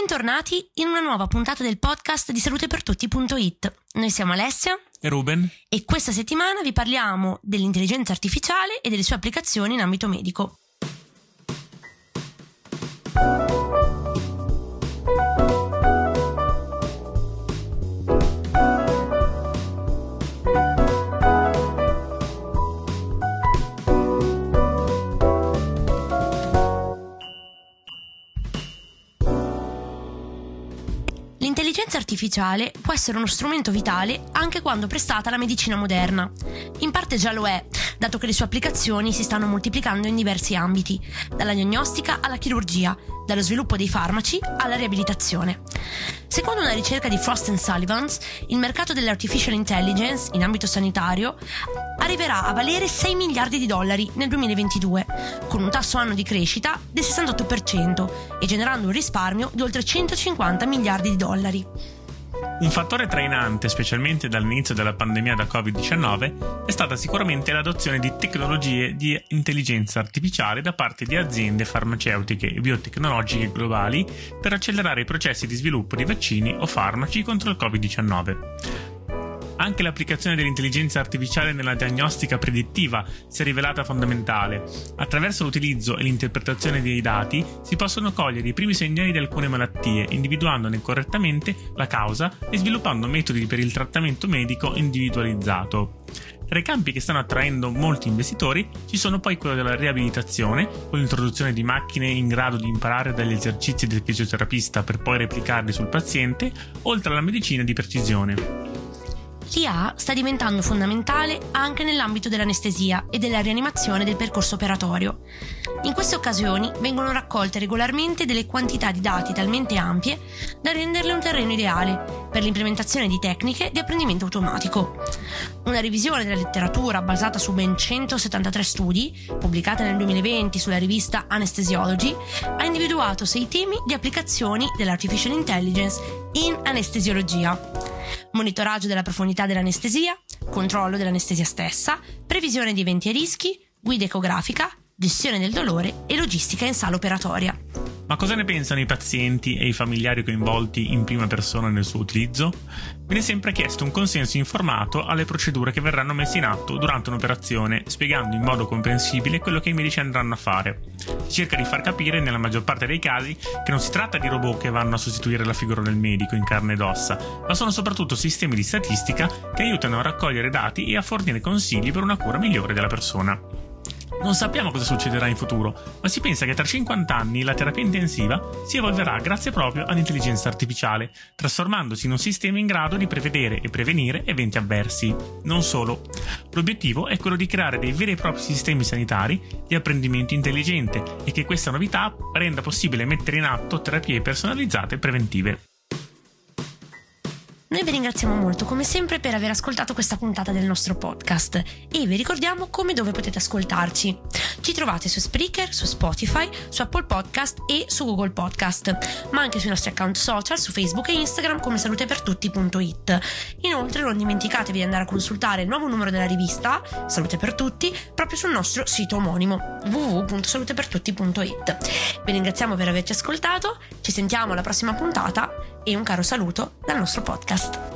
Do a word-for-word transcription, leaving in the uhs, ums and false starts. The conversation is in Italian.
Bentornati in una nuova puntata del podcast di salute per tutti punto it. Noi siamo Alessia e Ruben e questa settimana vi parliamo dell'intelligenza artificiale e delle sue applicazioni in ambito medico. L'intelligenza artificiale può essere uno strumento vitale anche quando prestata alla medicina moderna. In parte già lo è, dato che le sue applicazioni si stanno moltiplicando in diversi ambiti, dalla diagnostica alla chirurgia, dallo sviluppo dei farmaci alla riabilitazione. Secondo una ricerca di Frost and Sullivan, il mercato dell'artificial intelligence in ambito sanitario arriverà a valere sei miliardi di dollari nel duemilaventidue, con un tasso anno di crescita del sessantotto per cento e generando un risparmio di oltre centocinquanta miliardi di dollari. Un fattore trainante, specialmente dall'inizio della pandemia da covid diciannove, è stata sicuramente l'adozione di tecnologie di intelligenza artificiale da parte di aziende farmaceutiche e biotecnologiche globali per accelerare i processi di sviluppo di vaccini o farmaci contro il covid diciannove. Anche l'applicazione dell'intelligenza artificiale nella diagnostica predittiva si è rivelata fondamentale. Attraverso l'utilizzo e l'interpretazione dei dati si possono cogliere i primi segnali di alcune malattie, individuandone correttamente la causa e sviluppando metodi per il trattamento medico individualizzato. Tra i campi che stanno attraendo molti investitori ci sono poi quello della riabilitazione, con l'introduzione di macchine in grado di imparare dagli esercizi del fisioterapista per poi replicarli sul paziente, oltre alla medicina di precisione. L'I A sta diventando fondamentale anche nell'ambito dell'anestesia e della rianimazione del percorso operatorio. In queste occasioni vengono raccolte regolarmente delle quantità di dati talmente ampie da renderle un terreno ideale per l'implementazione di tecniche di apprendimento automatico. Una revisione della letteratura basata su ben centosettantatré studi, pubblicata nel duemilaventi sulla rivista Anesthesiology, ha individuato sei temi di applicazioni dell'artificial intelligence in anestesiologia: monitoraggio della profondità dell'anestesia, controllo dell'anestesia stessa, previsione di eventi e rischi, guida ecografica, gestione del dolore e logistica in sala operatoria. Ma cosa ne pensano i pazienti e i familiari coinvolti in prima persona nel suo utilizzo? Viene sempre chiesto un consenso informato alle procedure che verranno messe in atto durante un'operazione, spiegando in modo comprensibile quello che i medici andranno a fare. Si cerca di far capire, nella maggior parte dei casi, che non si tratta di robot che vanno a sostituire la figura del medico in carne ed ossa, ma sono soprattutto sistemi di statistica che aiutano a raccogliere dati e a fornire consigli per una cura migliore della persona. Non sappiamo cosa succederà in futuro, ma si pensa che tra cinquanta anni la terapia intensiva si evolverà grazie proprio all'intelligenza artificiale, trasformandosi in un sistema in grado di prevedere e prevenire eventi avversi. Non solo. L'obiettivo è quello di creare dei veri e propri sistemi sanitari di apprendimento intelligente e che questa novità renda possibile mettere in atto terapie personalizzate e preventive. Noi vi ringraziamo molto come sempre per aver ascoltato questa puntata del nostro podcast e vi ricordiamo come e dove potete ascoltarci. Ci trovate su Spreaker, su Spotify, su Apple Podcast e su Google Podcast, ma anche sui nostri account social su Facebook e Instagram come salute per tutti punto it. Inoltre non dimenticatevi di andare a consultare il nuovo numero della rivista Salute per Tutti proprio sul nostro sito omonimo w w w punto salute per tutti punto it. Vi ringraziamo per averci ascoltato, ci sentiamo alla prossima puntata e un caro saluto dal nostro podcast.